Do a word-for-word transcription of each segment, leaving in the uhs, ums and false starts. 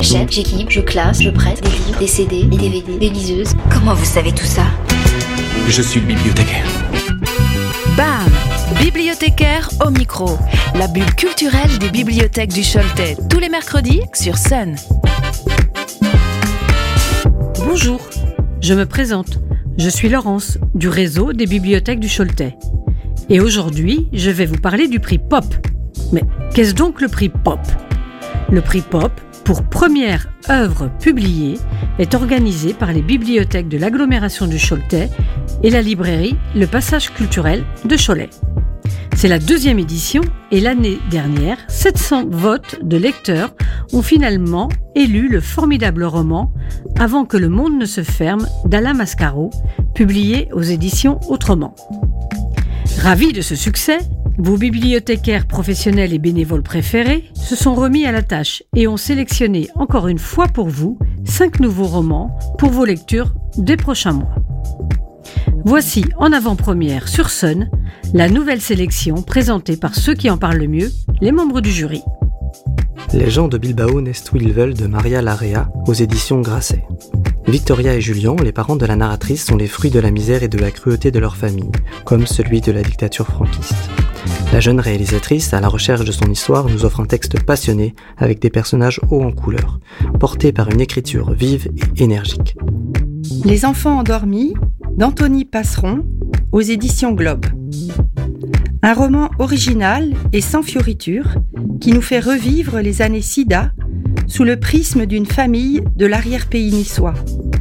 J'achète, j'équipe, je classe, je prête des livres, des C D, des D V D, des liseuses. Comment vous savez tout ça? Je suis le bibliothécaire. Bam! Bibliothécaire au micro. La bulle culturelle des bibliothèques du Choletais. Tous les mercredis sur Sun. Bonjour, je me présente. Je suis Laurence, du réseau des bibliothèques du Choletais. Et aujourd'hui, je vais vous parler du prix Pop. Mais qu'est-ce donc le prix Pop ? Le prix Pop, pour première œuvre publiée, est organisé par les bibliothèques de l'agglomération du Choletais et la librairie Le Passage culturel de Cholet. C'est la deuxième édition et l'année dernière, sept cents votes de lecteurs ont finalement élu le formidable roman « Avant que le monde ne se ferme » d'Alain Mascaro, publié aux éditions Autrement. Ravis de ce succès, vos bibliothécaires professionnels et bénévoles préférés se sont remis à la tâche et ont sélectionné encore une fois pour vous cinq nouveaux romans pour vos lectures des prochains mois. Voici en avant-première sur Sun la nouvelle sélection présentée par ceux qui en parlent le mieux, les membres du jury. Les gens de Bilbao naissent où ils veulent de Maria Larrea aux éditions Grasset. Victoria et Julien, les parents de la narratrice, sont les fruits de la misère et de la cruauté de leur famille, comme celui de la dictature franquiste. La jeune réalisatrice, à la recherche de son histoire, nous offre un texte passionné avec des personnages hauts en couleur, portés par une écriture vive et énergique. Les enfants endormis d'Anthony Passeron aux éditions Globe. Un roman original et sans fioriture qui nous fait revivre les années SIDA sous le prisme d'une famille de l'arrière-pays niçois.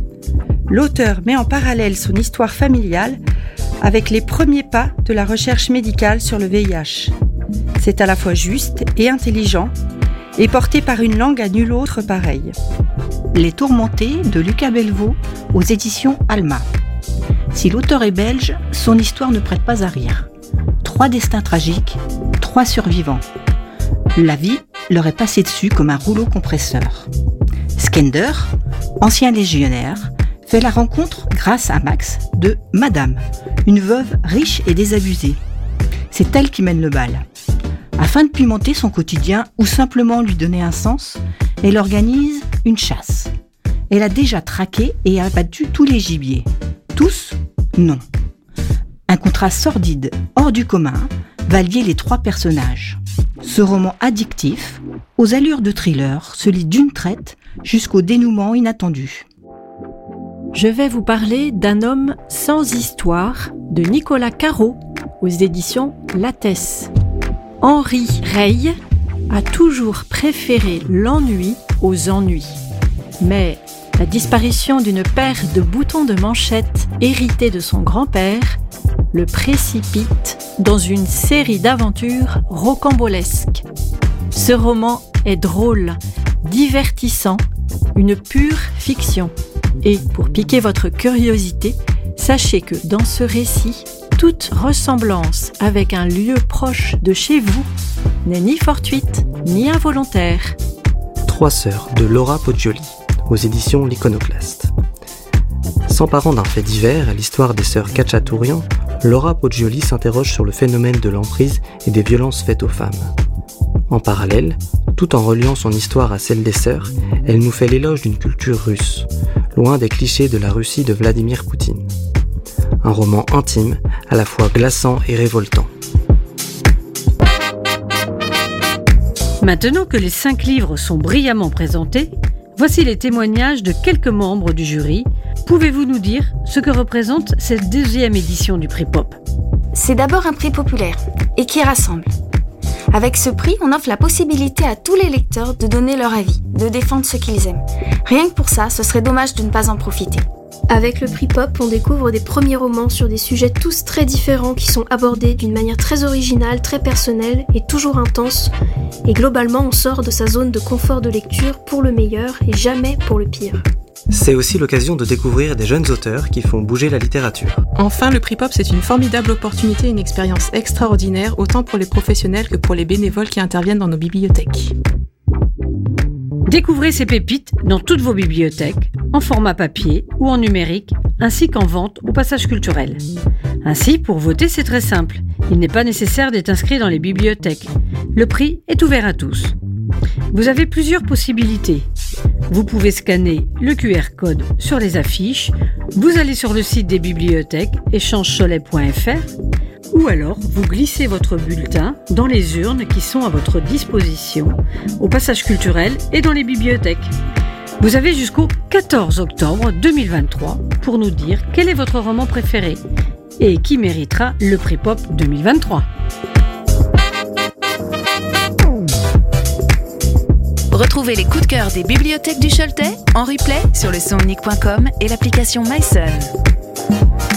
L'auteur met en parallèle son histoire familiale avec les premiers pas de la recherche médicale sur le V I H. C'est à la fois juste et intelligent et porté par une langue à nulle autre pareille. Les Tourmentés de Lucas Belvaux aux éditions Alma. Si l'auteur est belge, son histoire ne prête pas à rire. Trois destins tragiques, trois survivants. La vie leur est passée dessus comme un rouleau compresseur. Skender, ancien légionnaire, fait la rencontre, grâce à Max, de Madame, une veuve riche et désabusée. C'est elle qui mène le bal. Afin de pimenter son quotidien ou simplement lui donner un sens, elle organise une chasse. Elle a déjà traqué et abattu tous les gibiers. Tous ? Non. Un contrat sordide, hors du commun, va lier les trois personnages. Ce roman addictif, aux allures de thriller, se lit d'une traite jusqu'au dénouement inattendu. Je vais vous parler d'un homme sans histoire de Nicolas Caro aux éditions Lattès. Henri Reille a toujours préféré l'ennui aux ennuis. Mais la disparition d'une paire de boutons de manchette hérités de son grand-père le précipite dans une série d'aventures rocambolesques. Ce roman est drôle, divertissant, une pure fiction. Et pour piquer votre curiosité, sachez que dans ce récit, toute ressemblance avec un lieu proche de chez vous n'est ni fortuite ni involontaire. Trois sœurs de Laura Poggioli, aux éditions L'Iconoclaste. S'emparant d'un fait divers, l'histoire des sœurs Cacciaturian, Laura Poggioli s'interroge sur le phénomène de l'emprise et des violences faites aux femmes. En parallèle, tout en reliant son histoire à celle des sœurs, elle nous fait l'éloge d'une culture russe, loin des clichés de la Russie de Vladimir Poutine. Un roman intime, à la fois glaçant et révoltant. Maintenant que les cinq livres sont brillamment présentés, voici les témoignages de quelques membres du jury. Pouvez-vous nous dire ce que représente cette deuxième édition du prix Pop ? C'est d'abord un prix populaire et qui rassemble. Avec ce prix, on offre la possibilité à tous les lecteurs de donner leur avis, de défendre ce qu'ils aiment. Rien que pour ça, ce serait dommage de ne pas en profiter. Avec le prix Pop, on découvre des premiers romans sur des sujets tous très différents qui sont abordés d'une manière très originale, très personnelle et toujours intense. Et globalement, on sort de sa zone de confort de lecture pour le meilleur et jamais pour le pire. C'est aussi l'occasion de découvrir des jeunes auteurs qui font bouger la littérature. Enfin, le prix Pop, c'est une formidable opportunité et une expérience extraordinaire, autant pour les professionnels que pour les bénévoles qui interviennent dans nos bibliothèques. Découvrez ces pépites dans toutes vos bibliothèques, en format papier ou en numérique, ainsi qu'en vente au Passage culturel. Ainsi, pour voter, c'est très simple. Il n'est pas nécessaire d'être inscrit dans les bibliothèques. Le prix est ouvert à tous. Vous avez plusieurs possibilités. vous pouvez scanner le Q R code sur les affiches, vous allez sur le site des bibliothèques échange cholet point f r ou alors vous glissez votre bulletin dans les urnes qui sont à votre disposition au passage culturel et dans les bibliothèques. Vous avez jusqu'au quatorze octobre deux mille vingt-trois pour nous dire quel est votre roman préféré et qui méritera le prix Pop deux mille vingt-trois. Retrouvez les coups de cœur des bibliothèques du Choletais en replay sur le son unique point com et l'application MySun.